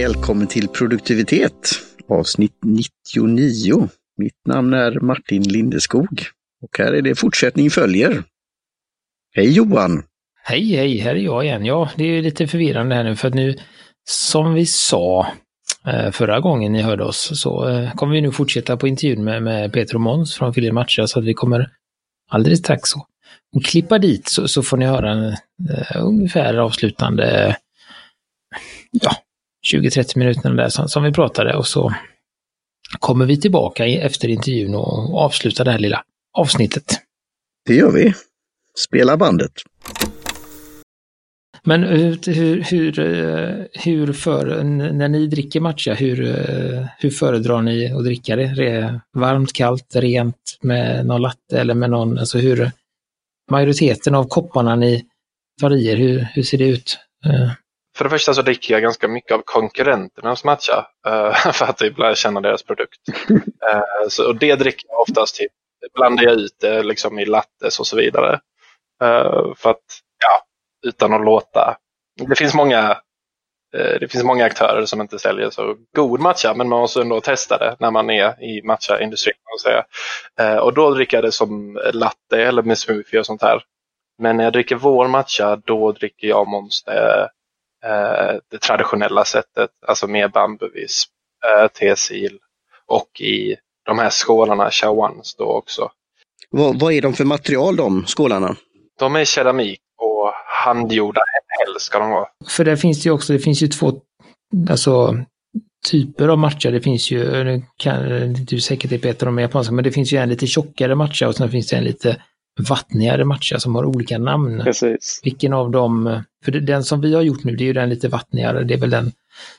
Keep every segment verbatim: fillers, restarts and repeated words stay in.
välkommen till Produktivitet, avsnitt nittionio. Mitt namn är Martin Lindeskog och här är det fortsättning följer. Hej Johan! Hej, hej, här är jag igen. Ja, det är lite förvirrande här nu för att nu, som vi sa förra gången ni hörde oss, så kommer vi nu fortsätta på intervjun med, med Peter och Måns från Filler Matcher, så att vi kommer alldeles strax så och klippa dit så, så får ni höra en, uh, ungefär avslutande ja, tjugo till trettio minuter där som, som vi pratade, och så kommer vi tillbaka efter intervjun och avsluta det här lilla avsnittet. Det gör vi. Spela bandet. Men hur, hur, hur för, när ni dricker matcha, hur, hur föredrar ni att dricka det? Varmt, kallt, rent, med någon latte eller med någon, alltså hur majoriteten av kopparna ni tar i er, hur, hur ser det ut? För det första så dricker jag ganska mycket av konkurrenternas matcha för att ibland känna deras produkt. så, och det dricker jag oftast typ, blandar jag ut det liksom i lattes och så vidare. för att, ja, utan att låta. Det finns många det finns många aktörer som inte säljer så god matcha, men man måste ändå testa det när man är i matcha-industrin. Och då dricker jag det som latte eller med smoothie och sånt här. Men när jag dricker vår matcha, då dricker jag Monster eh, det traditionella sättet, alltså med bambuvisp, eh, tesil och i de här skålarna Chawans då också. Vad, vad är de för material, de skålarna? De är keramik och handgjorda helst ska de vara. För det finns ju också, det finns ju två alltså typer av matcha. Det finns ju, nu kan du säkert är Peter om japanska, men det finns ju en lite tjockare matcha och sen finns det en lite vattnigare matcha som har olika namn. Precis. Vilken av dem, för den som vi har gjort nu, det är ju den lite vattnigare, det är väl den.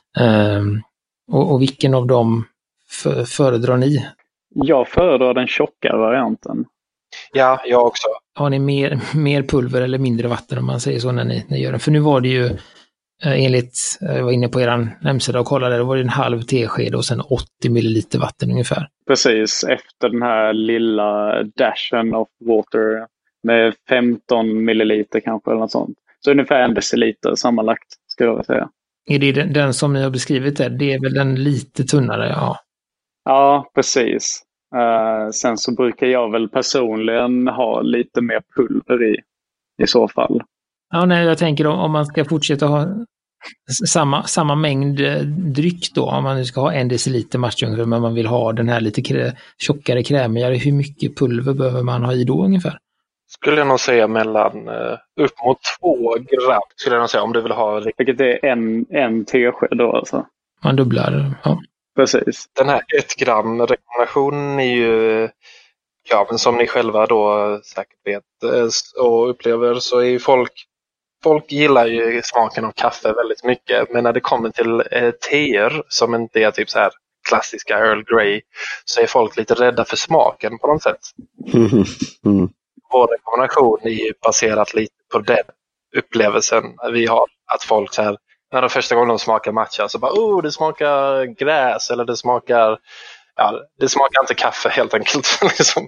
Um, och, och vilken av dem för, föredrar ni? Jag föredrar den tjockare varianten. Ja, jag också. Har ni mer, mer pulver eller mindre vatten om man säger så när ni, när ni gör den? För nu var det ju eh, enligt, jag var inne på er hemsida och kollade, det var det en halv tesked och sen åttio milliliter vatten ungefär. Precis, efter den här lilla dashen of water med femton milliliter kanske eller något sånt. Så ungefär en deciliter sammanlagt ska jag säga. Är det den, den som ni har beskrivit där? Det är väl den lite tunnare, ja. Ja, precis. Uh, sen så brukar jag väl personligen ha lite mer pulver i, i så fall. Ja, nej, jag tänker om, om man ska fortsätta ha samma, samma mängd dryck då, om man nu ska ha en deciliter matcha, men man vill ha den här lite krä, tjockare, krämigare, hur mycket pulver behöver man ha i då ungefär? Skulle jag nog säga mellan uh, upp mot två gram, skulle jag nog säga, om du vill ha. Vilket är en, en tesked då alltså. Man dubblar, ja. Precis. Den här ett gram rekommendationen är ju, ja, men som ni själva då säkert vet och upplever, så är ju folk folk gillar ju smaken av kaffe väldigt mycket, men när det kommer till eh, teer som inte är typ så här klassiska Earl Grey, så är folk lite rädda för smaken på något sätt. Mm. Mm. Vår rekommendation är ju baserat lite på den upplevelsen vi har, att folk så här, när de första gången de smakar matcha så bara, oh, det smakar gräs eller det smakar, ja, det smakar inte kaffe helt enkelt. liksom.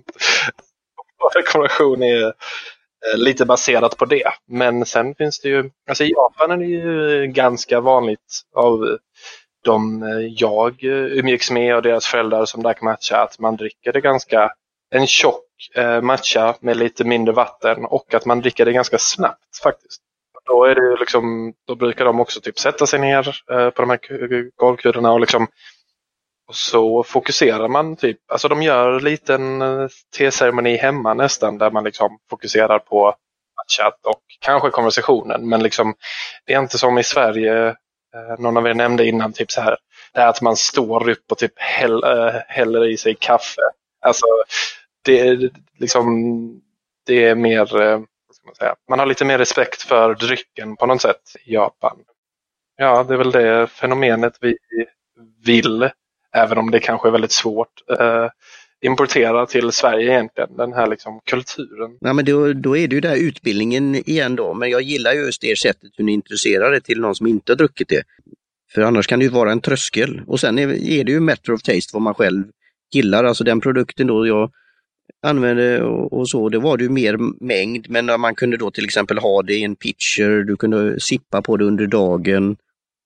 Vår rekommendation är lite baserat på det. Men sen finns det ju, alltså i Japan är det ju ganska vanligt av de jag umgicks med och deras föräldrar som drack matcha, att man dricker det ganska, en tjock eh, matcha med lite mindre vatten, och att man dricker det ganska snabbt faktiskt. Då är det liksom, då brukar de också typ sätta sig ner eh, på de här golvkuddorna och liksom, och så fokuserar man typ, alltså de gör en liten eh, teceremoni hemma nästan, där man liksom fokuserar på matchat och kanske konversationen, men liksom det är inte som i Sverige, eh, någon av er nämnde innan, typ så här, det är att man står upp och typ häll, eh, häller i sig kaffe. Alltså det är liksom, det är mer, eh, vad ska man säga, man har lite mer respekt för drycken på något sätt i Japan. Ja, det är väl det fenomenet vi vill, även om det kanske är väldigt svårt, eh, importera till Sverige egentligen, den här liksom kulturen. Ja, men då, då är det ju där utbildningen igen då, men jag gillar just det sättet hur ni introducerar det till någon som inte har druckit det. För annars kan det ju vara en tröskel. Och sen är, är det ju matter of taste vad man själv gillar, alltså den produkten då jag använde och, och så, det var det ju mer mängd, men man kunde då till exempel ha det i en pitcher, du kunde sippa på det under dagen.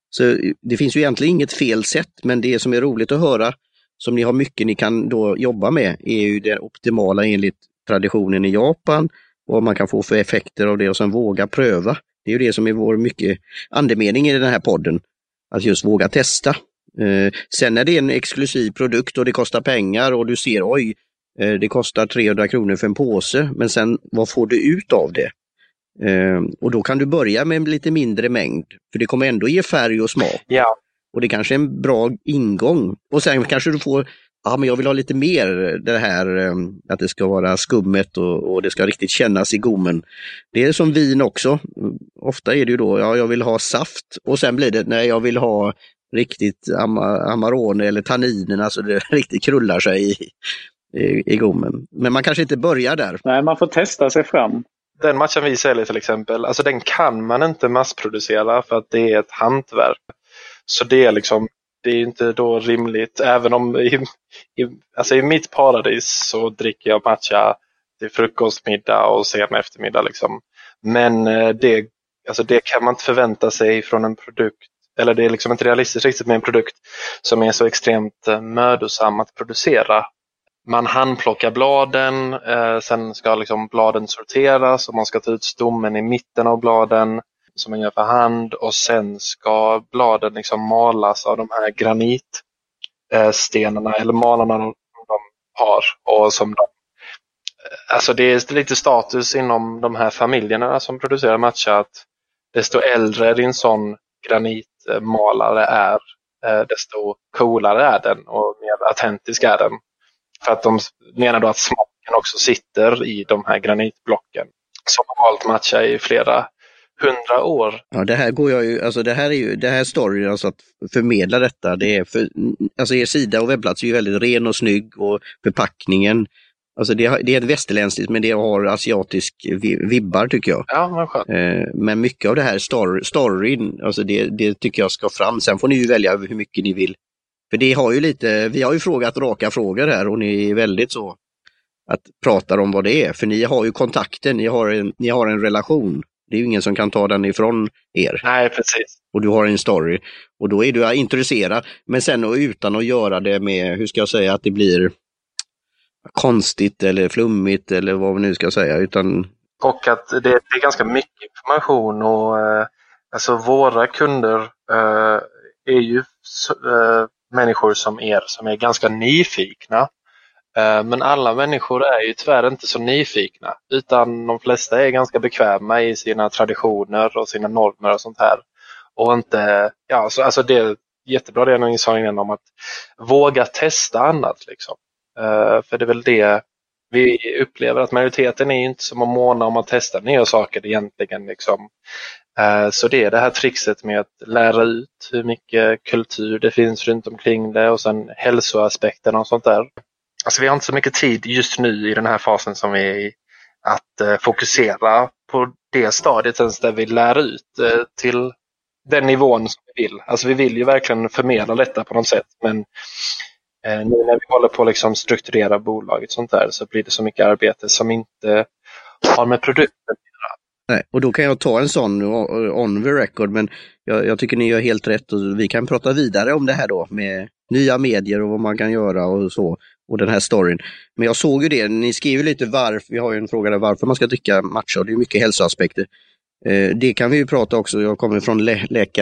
Så det finns ju egentligen inget fel sätt, men det som är roligt att höra, som ni har mycket ni kan då jobba med, är ju det optimala enligt traditionen i Japan, vad man kan få för effekter av det och sen våga pröva. Det är ju det som är vår mycket andemening i den här podden, att just våga testa. Eh, sen när det är en exklusiv produkt och det kostar pengar och du ser oj, eh, det kostar trehundra kronor för en påse, men sen vad får du ut av det? Eh, och då kan du börja med en lite mindre mängd, för det kommer ändå ge färg och smak. Ja. Och det kanske är en bra ingång. Och sen kanske du får, ja men jag vill ha lite mer det här eh, att det ska vara skummet och, och det ska riktigt kännas i gommen. Det är som vin också. Ofta är det ju då, ja jag vill ha saft och sen blir det, nej jag vill ha riktigt am- Amarone eller tanninerna så det riktigt krullar sig i, i, i gommen. Men man kanske inte börjar där. Nej, man får testa sig fram. Den matchen vi säljer till exempel, alltså den kan man inte massproducera för att det är ett hantverk. Så det är liksom, det är inte då rimligt, även om i, i, alltså i mitt paradis så dricker jag matcha till frukost, middag och sen eftermiddag liksom. Men det, alltså det kan man inte förvänta sig från en produkt, eller det är liksom inte realistiskt riktigt med en produkt som är så extremt mödosam att producera. Man handplockar bladen, eh, sen ska liksom bladen sorteras och man ska ta ut stommen i mitten av bladen som man gör för hand, och sen ska bladen liksom malas av de här granitstenarna eller malarna de, de har. Och som de, alltså det är lite status inom de här familjerna som producerar matcha att desto äldre din sån granitmalare är, desto coolare är den och mer autentisk är den. För att de menar då att smaken också sitter i de här granitblocken som har valt matcha i flera hundra år. Ja, det här går jag ju, alltså det här är ju, det här storyn, alltså att förmedla detta, det är för, alltså er sida och webbplats är ju väldigt ren och snygg och förpackningen, alltså det, det är ett västerländskt men det har asiatisk vibbar tycker jag. Ja, men skönt. Eh, men mycket av det här story, storyn, alltså det, det tycker jag ska fram. Sen får ni ju välja hur mycket ni vill. För det har ju lite, vi har ju frågat raka frågor här och ni är väldigt så att prata om vad det är. För ni har ju kontakten, ni har en, ni har en relation. Det är ju ingen som kan ta den ifrån er. Nej, precis. Och du har en story. Och då är du intresserad. Men sen och utan att göra det med, hur ska jag säga, att det blir konstigt eller flummigt eller vad vi nu ska säga. Utan... Och att det, det är ganska mycket information och eh, alltså våra kunder eh, är ju eh, människor som er som är ganska nyfikna. Men alla människor är ju tyvärr inte så nyfikna, utan de flesta är ganska bekväma i sina traditioner och sina normer och sånt här. Och inte, ja, så, alltså det är jättebra det ni sa innan om att våga testa annat liksom. Uh, för det är väl det vi upplever, att majoriteten är inte som att måna om att testa nya saker egentligen liksom. Uh, så det är det här trixet med att lära ut hur mycket kultur det finns runt omkring det och sen hälsoaspekten och sånt där. Alltså vi har inte så mycket tid just nu i den här fasen som vi är i att eh, fokusera på det stadiet ens där vi lär ut eh, till den nivån som vi vill. Alltså vi vill ju verkligen förmedla detta på något sätt, men eh, nu när vi håller på att liksom strukturera bolaget sånt där så blir det så mycket arbete som inte har med produkten att göra. Nej, och då kan jag ta en sån on the record, men jag, jag tycker ni gör helt rätt och vi kan prata vidare om det här då med nya medier och vad man kan göra och så. Och den här storyn. Men jag såg ju det, ni skriver lite varför, vi har ju en fråga där varför man ska dricka matcha och det är mycket hälsoaspekter. Eh, det kan vi ju prata också, jag kommer från lä-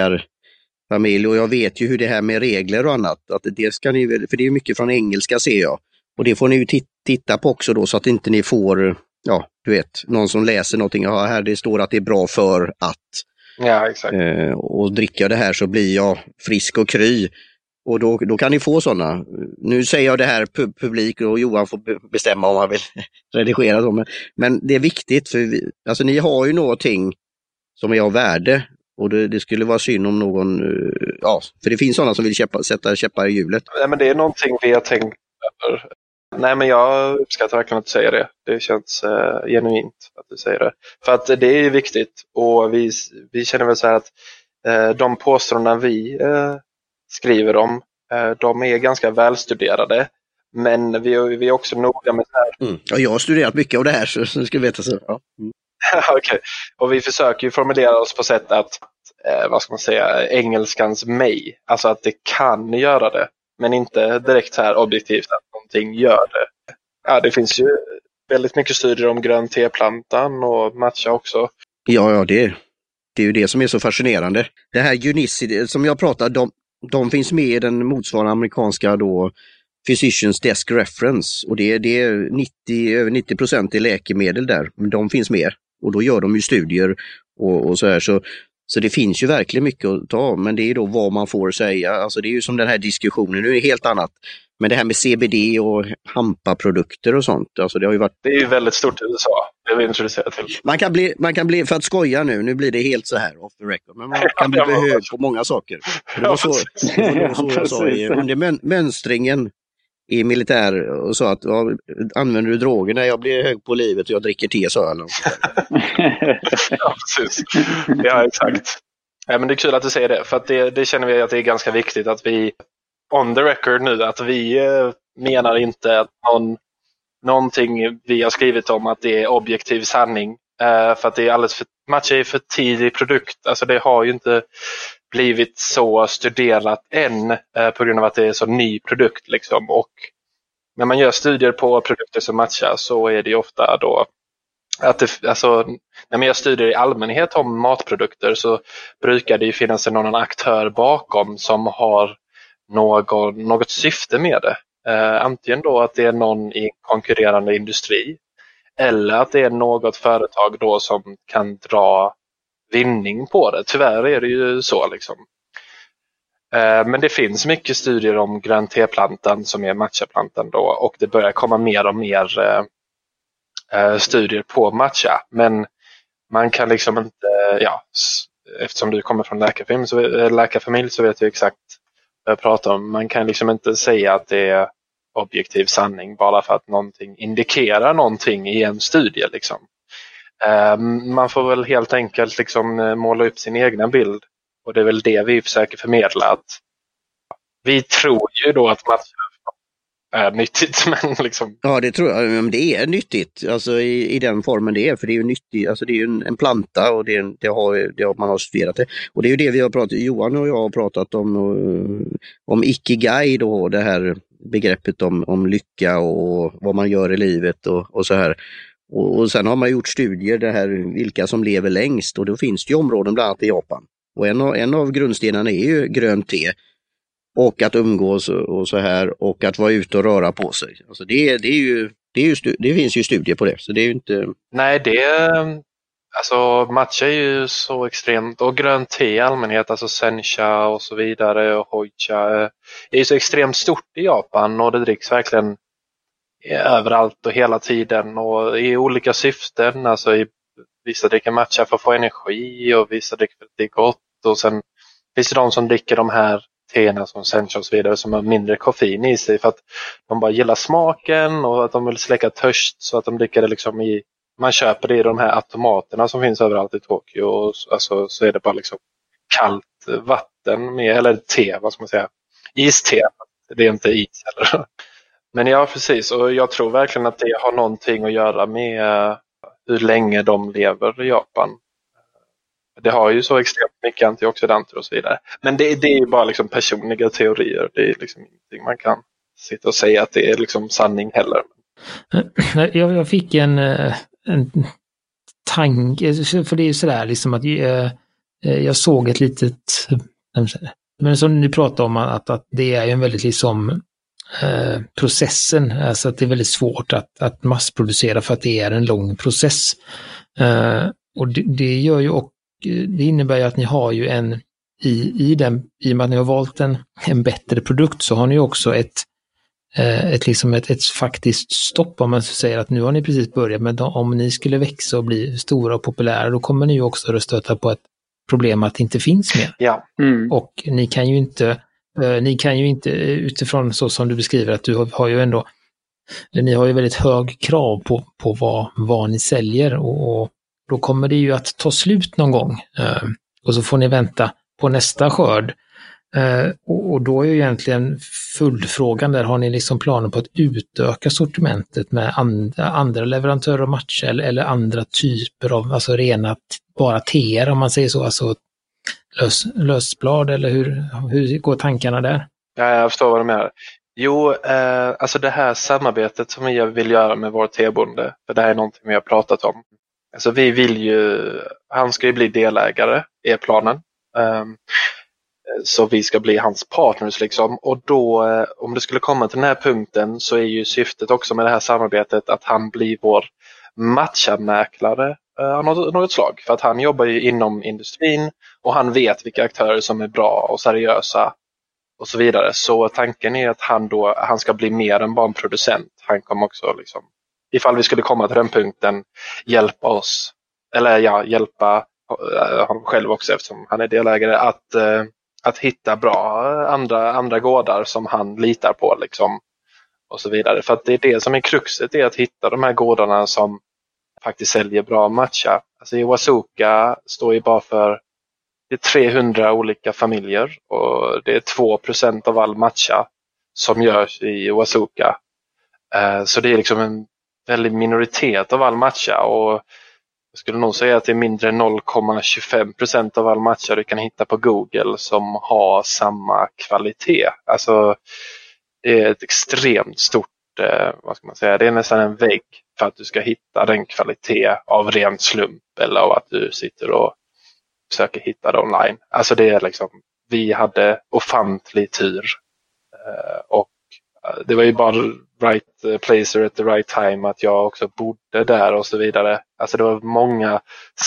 läkarfamilj och jag vet ju hur det här med regler och annat, att det ska ni väl, för det är mycket från engelska ser jag. Och det får ni ju t- titta på också då så att inte ni får, ja du vet, någon som läser någonting, ja här det står att det är bra för att. Ja, exakt. Eh, och dricker jag det här så blir jag frisk och kry. Och då, då kan ni få sådana. Nu säger jag det här pub- publik och Johan får bestämma om han vill redigera dem. Men det är viktigt för vi, alltså ni har ju någonting som är av värde och det, det skulle vara synd om någon, ja, för det finns sådana som vill käppa, sätta käppar i hjulet. Nej, men det är någonting vi har tänkt över. Nej, men jag uppskattar verkligen att du säger det. Det känns eh, genuint att du säger det. För att det är ju viktigt och vi, vi känner väl så här att eh, de påståendena vi eh, skriver om, de är ganska välstuderade, men vi är, vi är också noga med det här. Mm. Ja, jag har studerat mycket av det här så, så ska vi veta så. Ja. Mm. Okay. Och vi försöker ju formulera oss på sätt att, eh, vad ska man säga, engelskans may. Alltså att det kan göra det. Men inte direkt så här objektivt att någonting gör det. Ja, det finns ju väldigt mycket studier om grön teplantan och matcha också. Ja, ja det, det är ju det som är så fascinerande. Det här Unici som jag pratar, de, de finns med i den motsvarande amerikanska då Physicians Desk Reference. Och det, det är nittio, över nittio procent i läkemedel där. Men de finns med. Och då gör de ju studier och, och så här. Så, så det finns ju verkligen mycket att ta av. Men det är då vad man får säga. Alltså det är ju som den här diskussionen. Nu är det helt annat. Men det här med C B D och hampaprodukter och sånt. Alltså det har ju varit... Det är ju väldigt stort i U S A. Det är vi introducerat till. Man kan bli, man kan bli, för att skoja nu, nu blir det helt så här off the record. Men man kan bli hög på många saker. Det var så, det var så jag sa i, under mön, mönstringen i militär och sa att ja, använder du droger? Nej, jag blir hög på livet och jag dricker te, sa jag. Ja, precis. Ja, exakt. Ja, men det är kul att du säger det, för att det, det känner vi att det är ganska viktigt att vi on the record nu, att vi eh, menar inte att någon, någonting vi har skrivit om att det är objektiv sanning, eh, för att det är alldeles för, matcha är för tidig produkt. Alltså det har ju inte blivit så studerat än eh, på grund av att det är så ny produkt liksom. Och när man gör studier på produkter som matchar så är det ju ofta då att det, alltså, när man gör studier i allmänhet om matprodukter så brukar det ju finnas någon aktör bakom som har någon, något syfte med det. Eh, antingen då att det är någon i konkurrerande industri eller att det är något företag då som kan dra vinning på det. Tyvärr är det ju så liksom. Eh, men det finns mycket studier om grön teplantan som är matchaplantan då, och det börjar komma mer och mer eh, eh, studier på matcha. Men man kan liksom inte, ja, eftersom du kommer från läkarfamilj så, läkarfamilj så vet du exakt vad jag pratar om. Man kan liksom inte säga att det är objektiv sanning bara för att någonting indikerar någonting i en studie liksom. Man får väl helt enkelt liksom måla upp sin egna bild, och det är väl det vi försöker förmedla, att vi tror ju då att matcha är nyttigt, men liksom... Ja, det tror jag, men det är nyttigt, alltså i, i den formen det är, för det är ju nyttigt, alltså det är ju en, en planta och det, det, har, det har man har studerat det, och det är ju det vi har pratat, Johan och jag har pratat om, om ikigai då, det här begreppet om, om lycka och vad man gör i livet och, och så här. Och, och sen har man gjort studier det här vilka som lever längst, och då finns det ju områden bland annat i Japan. Och en av, en av grundstenarna är ju grönt te och att umgås och så här, och att vara ute och röra på sig. Alltså det, det, är ju, det, är ju, det finns ju studier på det, så det är ju inte... Nej, det alltså matcha är ju så extremt, och grönt te i allmänhet, alltså sencha och så vidare och hoicha är ju så extremt stort i Japan, och det dricks verkligen överallt och hela tiden och i olika syften. Alltså i, vissa dricker matcha för att få energi och vissa dricker för att det är gott, och sen finns det de som dricker de här teerna som sencha och så vidare som har mindre koffein i sig för att de bara gillar smaken och att de vill släcka törst, så att de dricker det liksom i, man köper det i de här automaterna som finns överallt i Tokyo, och alltså, så är det bara liksom kallt vatten med, eller te, vad ska man säga, iste, det är inte is heller. Men ja, precis. Och jag tror verkligen att det har någonting att göra med hur länge de lever i Japan. Det har ju så extremt mycket antioxidanter och så vidare. Men det, det är ju bara liksom personliga teorier. Det är liksom ingenting man kan sitta och säga att det är liksom sanning heller. Jag, jag fick en, en tanke, för det är ju sådär liksom att jag, jag såg ett litet, men som ni pratar om att, att det är ju en väldigt liksom Eh, processen, alltså att det är väldigt svårt att, att massproducera för att det är en lång process. Eh, och det, det gör ju, och det innebär ju att ni har ju en i, i den, i och med att ni har valt en, en bättre produkt, så har ni också ett, eh, ett, liksom ett, ett faktiskt stopp, om man säger att nu har ni precis börjat, men om ni skulle växa och bli stora och populära, då kommer ni ju också att stöta på ett problem att det inte finns mer. Ja. Mm. Och ni kan ju inte Ni kan ju inte, utifrån så som du beskriver, att du har ju ändå, ni har ju väldigt hög krav på, på vad, vad ni säljer, och, och då kommer det ju att ta slut någon gång. Och så får ni vänta på nästa skörd Eh, och, och då är ju egentligen följdfrågan där, har ni liksom planer på att utöka sortimentet med andra, andra leverantörer av matcher eller, eller andra typer av, alltså rena t- bara teer om man säger så, alltså lös, lösblad, eller hur, hur går tankarna där? Ja, jag förstår vad du menar. Jo, eh, alltså det här samarbetet som vi vill göra med vår tebonde, för det här är någonting vi har pratat om. Alltså vi vill ju, han ska ju bli delägare i planen. Um, så vi ska bli hans partners liksom. Och då, eh, om det skulle komma till den här punkten, så är ju syftet också med det här samarbetet att han blir vår matchamäklare eh, av något, något slag. För att han jobbar ju inom industrin och han vet vilka aktörer som är bra och seriösa och så vidare. Så tanken är att han då, han ska bli mer än bara en producent. Han kommer också liksom, ifall vi skulle komma till den punkten, hjälpa oss, eller ja, hjälpa uh, honom själv också eftersom han är delägare, att, uh, att hitta bra andra, andra gårdar som han litar på liksom, och så vidare. För att det är det som är kruxet, är att hitta de här gårdarna som faktiskt säljer bra matcha. Alltså Iwazuka står ju bara för det är trehundra olika familjer och det är två procent av all matcha som görs i Iwazuka. Uh, så det är liksom en väldigt minoritet av all matcha, och jag skulle nog säga att det är mindre än noll komma tjugofem procent av all matcha du kan hitta på Google som har samma kvalitet. Alltså det är ett extremt stort, eh, vad ska man säga, det är nästan en vägg för att du ska hitta den kvalitet av ren slump eller av att du sitter och försöker hitta det online. Alltså det är liksom, vi hade ofantlig tur eh, och det var ju bara right place at the right time att jag också bodde där och så vidare. Alltså det var många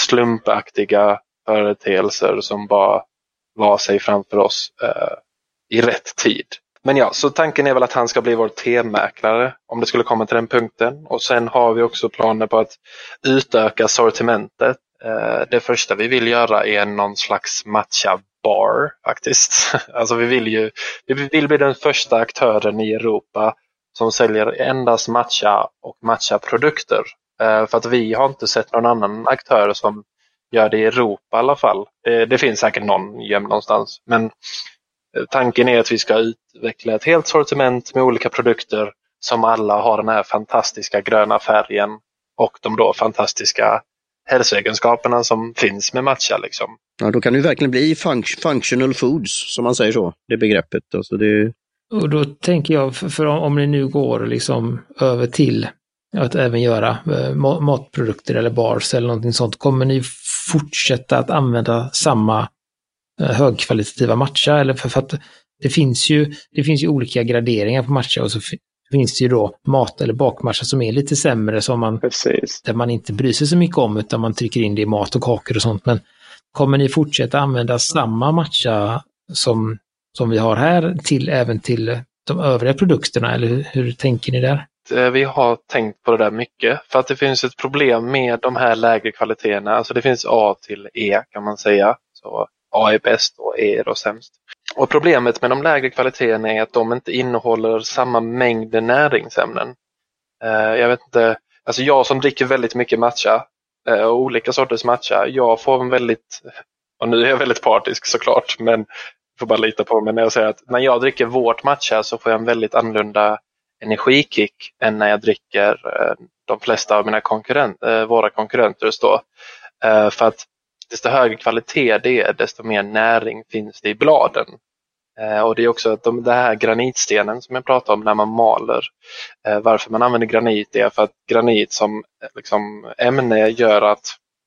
slumpaktiga företeelser som bara la sig framför oss eh, i rätt tid. Men ja, så tanken är väl att han ska bli vår te-mäklare om det skulle komma till den punkten. Och sen har vi också planer på att utöka sortimentet. Eh, det första vi vill göra är någon slags matcha bar faktiskt. Alltså vi vill ju vi vill bli den första aktören i Europa som säljer endast matcha och matcha-produkter. Eh, för att vi har inte sett någon annan aktör som gör det i Europa i alla fall. Eh, det finns säkert någon gömd någonstans. Men eh, tanken är att vi ska utveckla ett helt sortiment med olika produkter som alla har den här fantastiska gröna färgen och de då fantastiska hälsoegenskaperna som finns med matcha liksom. Ja, då kan det ju verkligen bli func- functional foods, som man säger så, det begreppet. Alltså det... Och då tänker jag, för, för om ni nu går liksom över till att även göra eh, matprodukter eller bars eller någonting sånt, kommer ni fortsätta att använda samma eh, högkvalitativa matcha? Eller för, för att det finns ju det finns ju olika graderingar på matcha, och så f- finns det ju då mat- eller bakmatcha som är lite sämre, som man, där man inte bryr sig så mycket om, utan man trycker in det i mat och kakor och sånt. Men kommer ni fortsätta använda samma matcha som, som vi har här till även till de övriga produkterna, eller hur, hur tänker ni där? Vi har tänkt på det där mycket, för att det finns ett problem med de här lägre kvaliteterna. Alltså det finns A till E kan man säga. Så A är bäst och E är då sämst. Och problemet med de lägre kvaliteterna är att de inte innehåller samma mängd näringsämnen. Jag vet inte, alltså jag som dricker väldigt mycket matcha och olika sorters matcha, jag får en väldigt, och nu är jag väldigt partisk såklart, men får bara lita på mig när jag säger att när jag dricker vårt matcha så får jag en väldigt annorlunda energikick än när jag dricker de flesta av mina konkurrenter, våra konkurrenter då. För att desto högre kvalitet det är, desto mer näring finns det i bladen. Och det är också att de, det här granitstenen som jag pratar om när man maler. Varför man använder granit är för att granit som liksom ämne gör att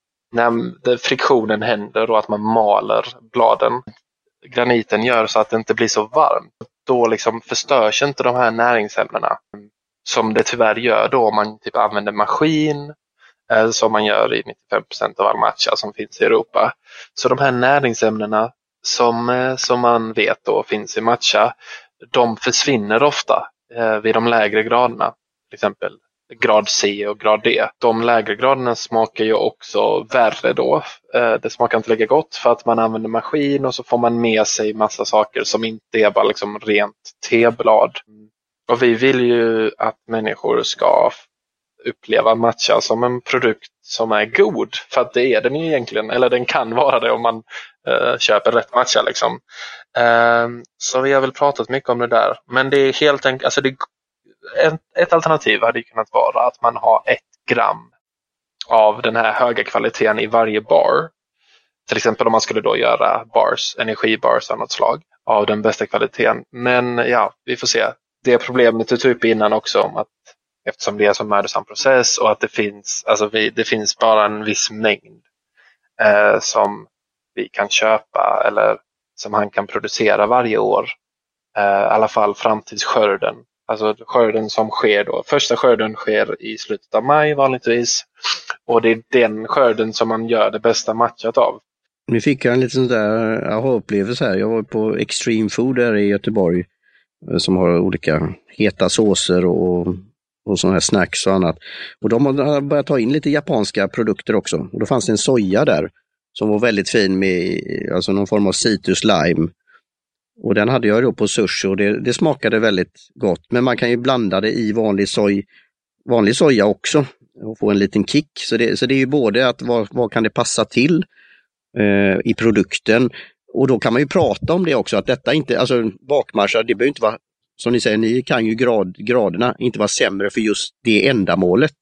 när friktionen händer och att man maler bladen, graniten gör så att det inte blir så varmt. Då liksom förstörs inte de här näringsämnena som det tyvärr gör då om man typ använder maskin, som man gör i nittiofem procent av all matcha som finns i Europa. Så de här näringsämnena som, som man vet då finns i matcha, de försvinner ofta eh, vid de lägre graderna. Till exempel grad C och grad D. De lägre graderna smakar ju också värre då. Eh, det smakar inte lika gott för att man använder maskin och så får man med sig massa saker som inte är bara liksom rent teblad. Och vi vill ju att människor ska uppleva matcha som en produkt som är god. För att det är den ju egentligen, eller den kan vara det om man uh, köper rätt matcha liksom. Uh, så vi har väl pratat mycket om det där. Men det är helt enkelt, alltså det, ett, ett alternativ hade ju kunnat vara att man har ett gram av den här höga kvaliteten i varje bar. Till exempel om man skulle då göra bars, energibars av något slag av den bästa kvaliteten. Men ja, vi får se. Det problemet du tog upp innan också om att eftersom det är en så mödosam process och att det finns, alltså vi, det finns bara en viss mängd eh, som vi kan köpa eller som han kan producera varje år. Eh, I alla fall fram till skörden. Alltså skörden som sker då. Första skörden sker i slutet av maj vanligtvis. Och det är den skörden som man gör det bästa matchat av. Nu fick jag en liten sån där aha-upplevelse här. Jag var på Extreme Food där i Göteborg som har olika heta såser och, och sådana här snacks och annat. Och de har börjat ta in lite japanska produkter också. Och då fanns det en soja där som var väldigt fin med alltså någon form av citrus lime. Och den hade jag då på sushi och det, det smakade väldigt gott. Men man kan ju blanda det i vanlig, soj, vanlig soja också och få en liten kick. Så det, så det är ju både att vad, vad kan det passa till eh, i produkten. Och då kan man ju prata om det också, att detta inte, alltså bakmarscher, det behöver inte vara, som ni säger, ni kan ju grad, graderna inte vara sämre för just det ändamålet.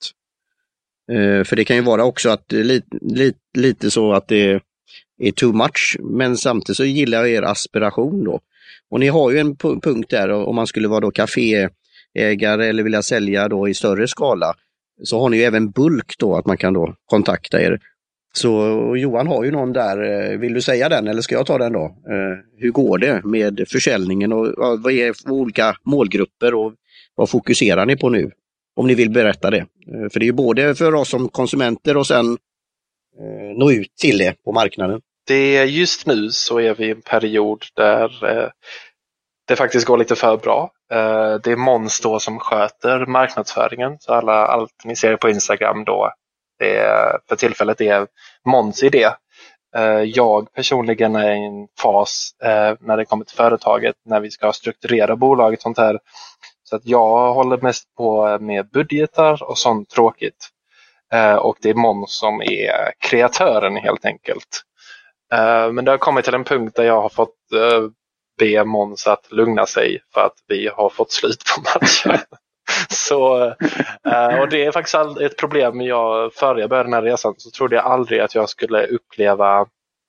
Eh, för det kan ju vara också att li, li, lite så att det är too much, men samtidigt så gillar jag er aspiration då. Och ni har ju en p- punkt där, om man skulle vara då kaféägare eller vilja sälja då i större skala, så har ni ju även bulk då, att man kan då kontakta er. Så Johan har ju någon där, vill du säga den eller ska jag ta den då? Eh, hur går det med försäljningen och vad är för olika målgrupper och vad fokuserar ni på nu? Om ni vill berätta det. Eh, för det är ju både för oss som konsumenter och sen eh, nå ut till det på marknaden. Det är just nu så är vi i en period där eh, det faktiskt går lite för bra. Eh, det är Måns då som sköter marknadsföringen. Så alla, allt ni ser på Instagram då, det är, för tillfället är Måns idé. Eh, jag personligen är i en fas eh, när det kommer till företaget, när vi ska strukturera bolaget sånt här. Så att jag håller mest på med budgetar och sånt tråkigt. Eh, och det är Måns som är kreatören helt enkelt. Uh, men det har kommit till en punkt där jag har fått uh, be Måns att lugna sig för att vi har fått slut på matchen. så, uh, och det är faktiskt all, ett problem. Jag, före jag började den här resan så trodde jag aldrig att jag skulle uppleva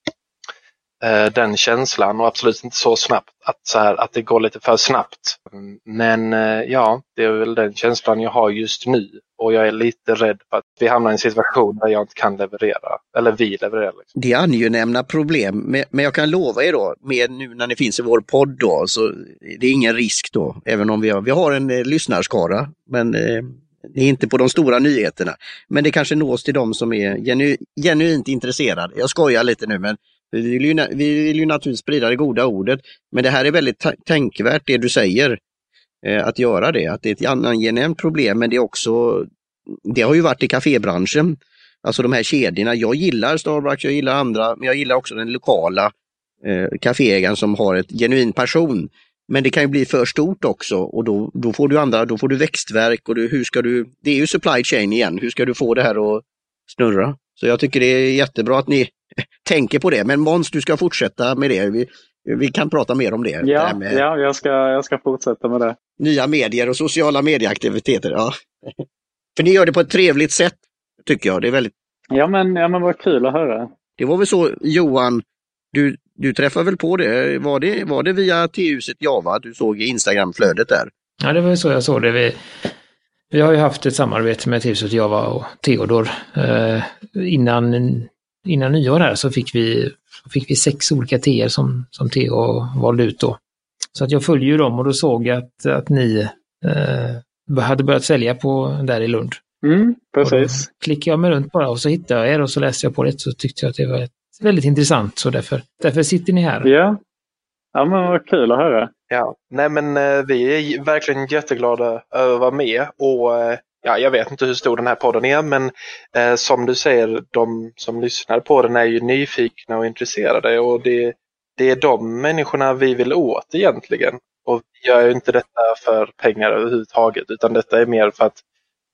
uh, den känslan, och absolut inte så snabbt att, så här, att det går lite för snabbt. Men uh, ja, det är väl den känslan jag har just nu. Och jag är lite rädd för att vi hamnar i en situation där jag inte kan leverera. Eller vi levererar. Liksom. Det är angenämna problem. Men jag kan lova er då, med nu när ni finns i vår podd då, så det är ingen risk då. Även om vi har, vi har en eh, lyssnarskara. Men eh, det är inte på de stora nyheterna. Men det kanske nås till de som är genu, genuint intresserade. Jag skojar lite nu, men vi vill ju, vi vill ju naturligtvis sprida det goda ordet. Men det här är väldigt ta- tänkvärt det du säger. Att göra det, att det är ett angenämt problem, men det är också, det har ju varit i kafébranschen, alltså de här kedjorna. Jag gillar Starbucks, jag gillar andra, men jag gillar också den lokala eh, kaféägaren som har ett genuin passion. Men det kan ju bli för stort också, och då, då får du andra, då får du växtverk och du, hur ska du, det är ju supply chain igen, hur ska du få det här att snurra? Så jag tycker det är jättebra att ni tänker på det, men Måns, du ska fortsätta med det. Vi, Vi kan prata mer om det. Ja, det med ja jag, ska, jag ska fortsätta med det. Nya medier och sociala medieaktiviteter. Ja. För ni gör det på ett trevligt sätt, tycker jag. Det är väldigt... Ja, men, ja, men vad kul att höra. Det var väl så, Johan, du, du träffade väl på det? Var det, var det via T-huset Java du såg i Instagram-flödet där? Ja, det var så jag såg det. Vi, vi har ju haft ett samarbete med T-huset Java och Theodor. Eh, innan, innan nyår här så fick vi fick vi sex olika T R som, som Theo valde ut då. Så att jag följer ju dem och då såg jag att, att ni eh, hade börjat sälja på där i Lund. Mm, precis. Klickade jag mig runt bara och så hittade jag er och så läste jag på det, så tyckte jag att det var ett, väldigt intressant. Så därför, därför sitter ni här. Ja. Ja, men vad kul att höra. Ja, nej men eh, vi är verkligen jätteglada över att vara med och eh, ja, jag vet inte hur stor den här podden är, men eh, som du säger, de som lyssnar på den är ju nyfikna och intresserade, och det, det är de människorna vi vill åt egentligen. Och vi gör ju inte detta för pengar överhuvudtaget, utan detta är mer för att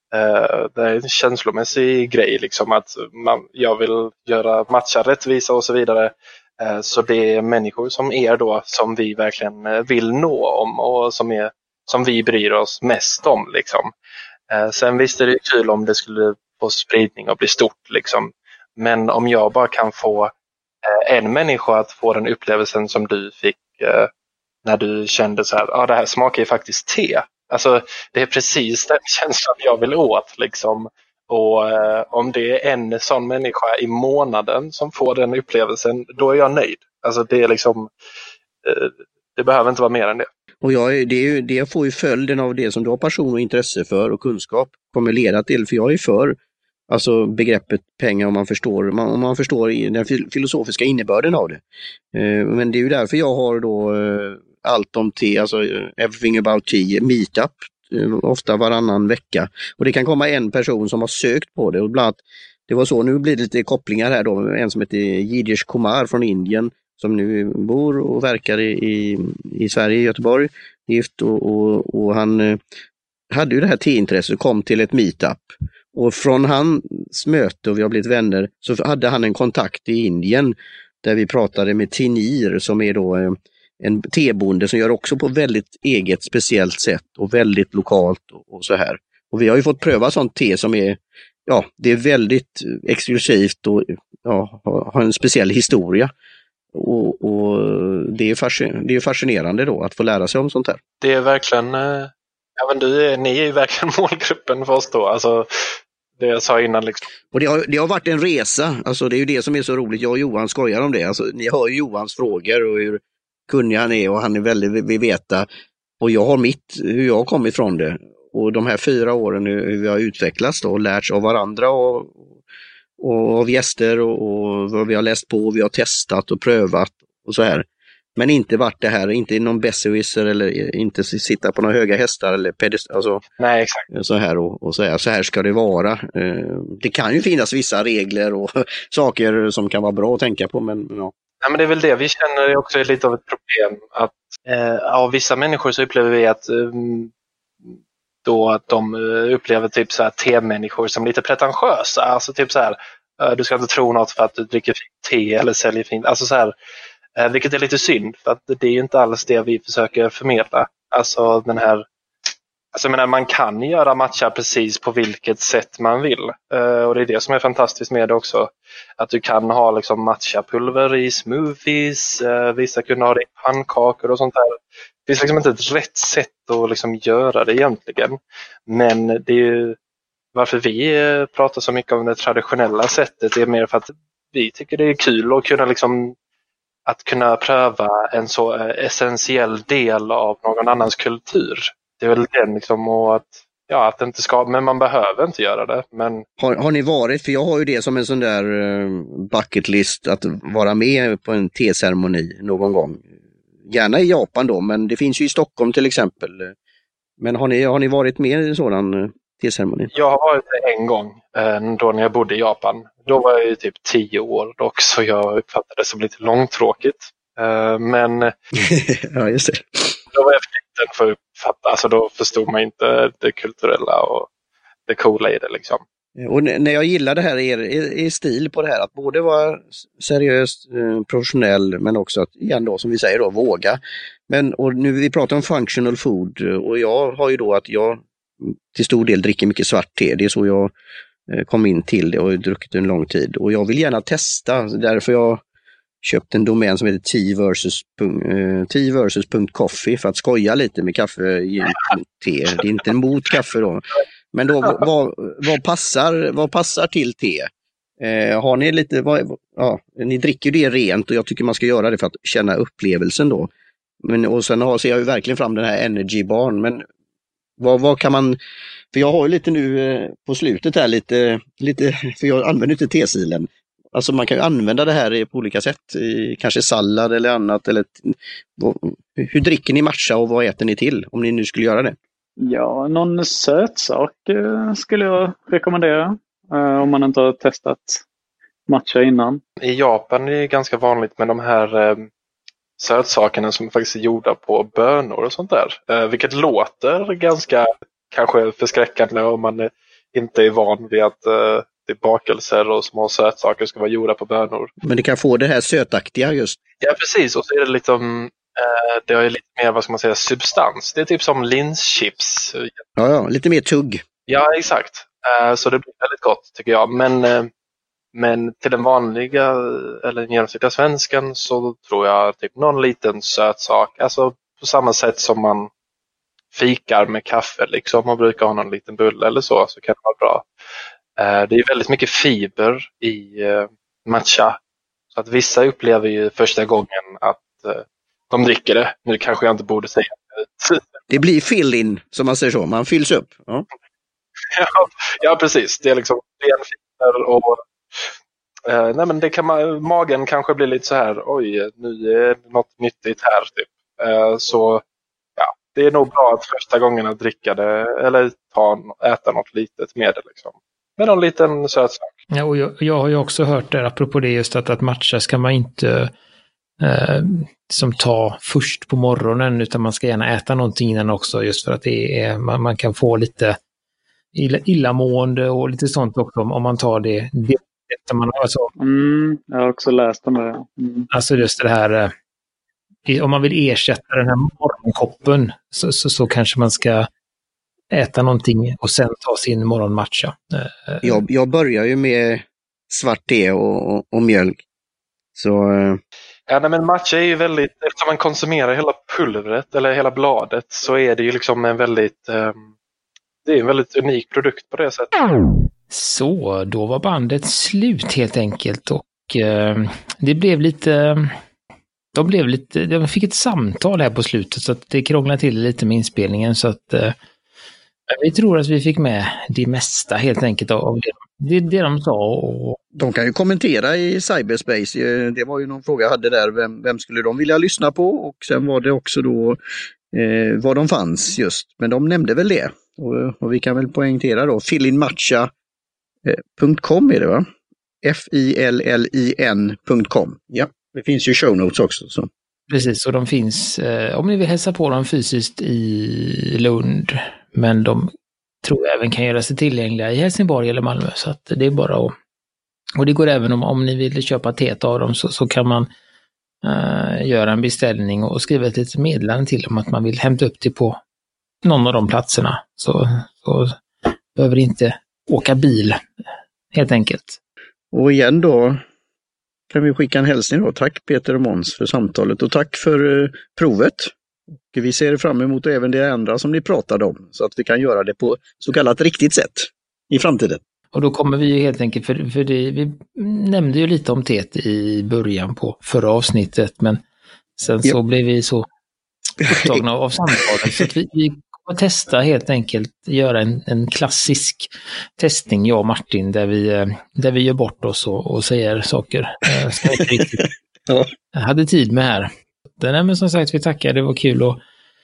Uh, det är en känslomässig grej liksom, att man, jag vill göra matcher rättvisa och så vidare. Uh, så det är människor som er då som vi verkligen vill nå om och som, är, som vi bryr oss mest om. Liksom. Uh, sen visst är det kul om det skulle få spridning och bli stort. Liksom. Men om jag bara kan få uh, en människa att få den upplevelsen som du fick uh, när du kände så här, ja ah, det här smakar ju faktiskt te. Alltså det är precis den känslan jag vill åt liksom. Och eh, om det är en sån människa i månaden som får den upplevelsen, då är jag nöjd. Alltså det är liksom, eh, det behöver inte vara mer än det. Och jag, det, är ju, det får ju följden av det som du har passion och intresse för och kunskap kommer leda till, för jag är för alltså begreppet pengar om man förstår, man, om man förstår den filosofiska innebörden av det. Eh, men det är ju därför jag har då eh, allt om te, alltså everything about tea, meetup, ofta varannan vecka. Och det kan komma en person som har sökt på det. Och bland annat, det var så, nu blir det lite kopplingar här då, en som heter Jidish Kumar från Indien, som nu bor och verkar i, i, i Sverige, i Göteborg, gift, och, och, och han hade ju det här teintresset och kom till ett meetup. Och från hans möte, och vi har blivit vänner, så hade han en kontakt i Indien där vi pratade med Tinir, som är då en tebonde som gör också på väldigt eget speciellt sätt och väldigt lokalt och, och så här. Och vi har ju fått pröva sånt te som är, ja, det är väldigt exklusivt och ja, har en speciell historia. Och, och det, är fascin- det är fascinerande då att få lära sig om sånt här. Det är verkligen, ja men du är, ni är ju verkligen målgruppen för oss då, alltså det jag sa innan liksom. Och det har, det har varit en resa, alltså det är ju det som är så roligt, jag och Johan skojar om det, alltså ni hör ju Johans frågor och hur kunnig han är och han är väldigt vill veta, och jag har mitt, hur jag har kommit från det, och de här fyra åren hur vi har utvecklats då och lärts av varandra och, och av gäster och, och vad vi har läst på och vi har testat och prövat och så här. Men inte varit det här, inte någon besserwisser eller inte sitta på några höga hästar eller pedest, alltså. Nej, exakt. Så här och, och så här, så här ska det vara. Det kan ju finnas vissa regler och saker som kan vara bra att tänka på, men ja. Ja, men det är väl det vi känner också är lite av ett problem, att eh, av vissa människor så upplever vi att eh, då att de upplever typ så här te-människor som lite pretentiösa, alltså typ så här, eh, du ska inte tro något för att du dricker fint te eller säljer fint, alltså så här, eh, vilket är lite synd för att det är ju inte alls det vi försöker förmedla, alltså den här. Alltså jag menar, man kan göra matcha precis på vilket sätt man vill. Uh, och det är det som är fantastiskt med det också. Att du kan ha liksom matcha-pulver i smoothies. Uh, vissa kunde ha det i pannkakor och sånt där. Det finns liksom inte ett rätt sätt att liksom göra det egentligen. Men det är ju varför vi pratar så mycket om det traditionella sättet. Det är mer för att vi tycker det är kul att kunna liksom att kunna pröva en så essentiell del av någon annans kultur. Det är väl den liksom, och att, ja, att det inte ska, men man behöver inte göra det. Men... Har, har ni varit, för jag har ju det som en sån där bucket list att vara med på en teceremoni någon gång. Gärna i Japan då, men det finns ju i Stockholm till exempel. Men har ni, har ni varit med i en sådan teceremoni? Jag har varit det en gång då när jag bodde i Japan. Då var jag ju typ tio år dock, så jag uppfattade det som lite långtråkigt. Men ja, just det. Då var jag för för att uppfatta, alltså då förstod man inte det kulturella och det coola i det liksom. Och när jag gillar det här är, är, är stil på det här, att både vara seriös, eh, professionell, men också att, igen då, som vi säger då, våga. Men, och nu vi pratar om functional food, och jag har ju då att jag till stor del dricker mycket svart te, det är så jag eh, kom in till det och har druckit en lång tid. Och jag vill gärna testa, därför jag köpt en domän som heter tea versus .coffee för att skoja lite med kaffe i te. Det är inte emot kaffe då. Men då, vad, vad, passar, vad passar till te? Eh, har ni lite, vad, ja, ni dricker det rent och jag tycker man ska göra det för att känna upplevelsen då. Men, och sen har, ser jag ju verkligen fram den här Energy Barn, men vad, vad kan man, för jag har ju lite nu eh, på slutet här lite, lite, för jag använder inte tesilen. Alltså man kan ju använda det här på olika sätt, i kanske sallad eller annat. Eller, hur dricker ni matcha och vad äter ni till om ni nu skulle göra det? Ja, någon sötsak skulle jag rekommendera om man inte har testat matcha innan. I Japan är det ganska vanligt med de här eh, sötsakerna som faktiskt är gjorda på bönor och sånt där. Eh, vilket låter ganska kanske förskräckande om man inte är van vid att uh, det är bakelser och små sötsaker ska vara gjorda på bönor. Men det kan få det här sötaktiga just. Ja, precis. Och så är det liksom, uh, det har ju lite mer, vad ska man säga, substans. Det är typ som linschips. Ja, ja, lite mer tugg. Ja, exakt. Uh, så det blir väldigt gott tycker jag. Men, uh, men till den vanliga, eller den genomsnittliga svensken så tror jag typ någon liten sötsak. Alltså på samma sätt som man fikar med kaffe liksom. Man brukar ha någon liten bulle eller så, så kan det vara bra. Det är väldigt mycket fiber i matcha. Så att vissa upplever ju första gången att de dricker det. Nu kanske jag inte borde säga det. Det blir fill-in, som man säger så. Man fylls upp. Ja, ja, ja precis. Det är liksom ren fiber och eh, nej, men det kan man, magen kanske blir lite så här, oj, nu är det något nyttigt här typ. Eh, så ja, det är nog bra att första gången att dricka det eller ta, äta något litet med det liksom. Med någon liten sötsak. Ja, och jag, jag har ju också hört där, apropå det just att, att matcha ska man inte eh, som ta först på morgonen, utan man ska gärna äta någonting innan också, just för att det är, man, man kan få lite illa, illamående och lite sånt också om man tar det, det efter man har så. Mm, jag har också läst om det. Mm. Alltså just det här, eh, om man vill ersätta den här morgonkoppen så, så, så kanske man ska äta någonting och sen ta sin morgonmatcha. Jag, jag börjar ju med svart te och, och, och mjölk. Så, ja, nej, men matcha är ju väldigt, eftersom man konsumerar hela pulvret eller hela bladet så är det ju liksom en väldigt, um, det är en väldigt unik produkt på det sättet. Så, då var bandet slut helt enkelt och uh, det blev lite, de blev lite, de fick ett samtal här på slutet så att det krånglade till lite med inspelningen så att uh, vi tror att vi fick med det mesta helt enkelt av det, det, det de sa. Och... De kan ju kommentera i cyberspace. Det var ju någon fråga jag hade där. Vem, vem skulle de vilja lyssna på? Och sen var det också då eh, var de fanns just. Men de nämnde väl det. Och, och vi kan väl poängtera då. fillinmatcha punkt com är det va? F I L L I N punkt com. Ja, det finns ju show notes också. Så. Precis, och de finns, eh, om ni vill hälsa på dem fysiskt i Lund, men de tror jag även kan göra sig tillgängliga i Helsingborg eller Malmö, så att det är bara att, och det går även om, om ni vill köpa teet av dem så, så kan man eh, göra en beställning och skriva ett litet meddelande till dem att man vill hämta upp det på någon av de platserna, så, så behöver inte åka bil helt enkelt. Och igen då kan vi skicka en hälsning då. Tack Peter och Måns för samtalet och tack för eh, provet. Och vi ser fram emot även det andra som ni pratade om så att vi kan göra det på så kallat riktigt sätt i framtiden. Och då kommer vi ju helt enkelt, för, för det, vi nämnde ju lite om teet i början på förra avsnittet, men sen så ja. blev vi så upptagna av samtalet så att vi, vi kommer testa helt enkelt, göra en, en klassisk testning, jag och Martin, där vi, där vi gör bort oss och, och säger saker. Jag ska inte riktigt. Ja. Jag hade tid med här. Nej, men som sagt, vi tackar, det var kul och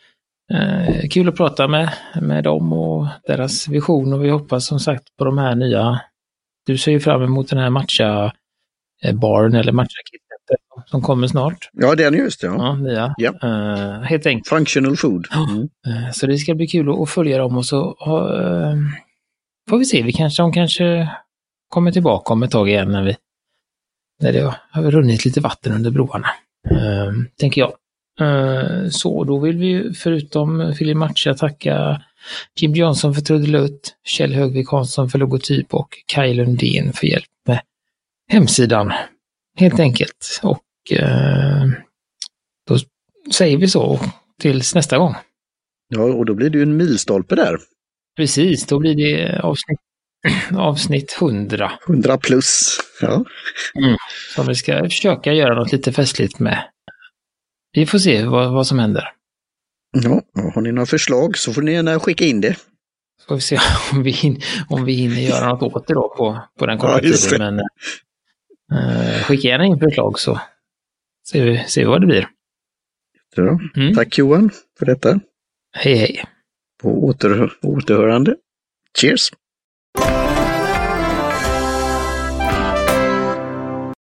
eh, kul att prata med, med dem och deras vision, och vi hoppas som sagt på de här nya, du ser ju fram emot den här matcha eh, baren eller matcha kittet som kommer snart. Ja, den just det. Ja, ja nya. Ja. Eh, helt enkelt. Functional food. Mm. Eh, så det ska bli kul att följa dem och så eh, får vi se, vi kanske, de kanske kommer tillbaka om ett tag igen när vi när det har runnit lite vatten under broarna. Uh, tänker jag. Uh, så då vill vi förutom Filip Matcha tacka Jim Johnson för trudelutt, Kjell Högvik Hansson för logotyp och Kaj Lundin för hjälp med hemsidan. Helt enkelt. Och uh, då säger vi så tills nästa gång. Ja, och då blir det ju en milstolpe där. Precis, då blir det avsnitt avsnitt hundra. hundra plus, ja. Mm. Så vi ska försöka göra något lite festligt med. Vi får se vad, vad som händer. Ja, har ni några förslag så får ni gärna skicka in det. Så får vi se om vi, hin- om vi hinner göra något åt det då på, på den korta ja, tiden. Men uh, skicka gärna in förslag så ser vi, ser vi vad det blir. Ja. Mm. Tack Johan för detta. Hej hej. På åter, återhörande. Cheers!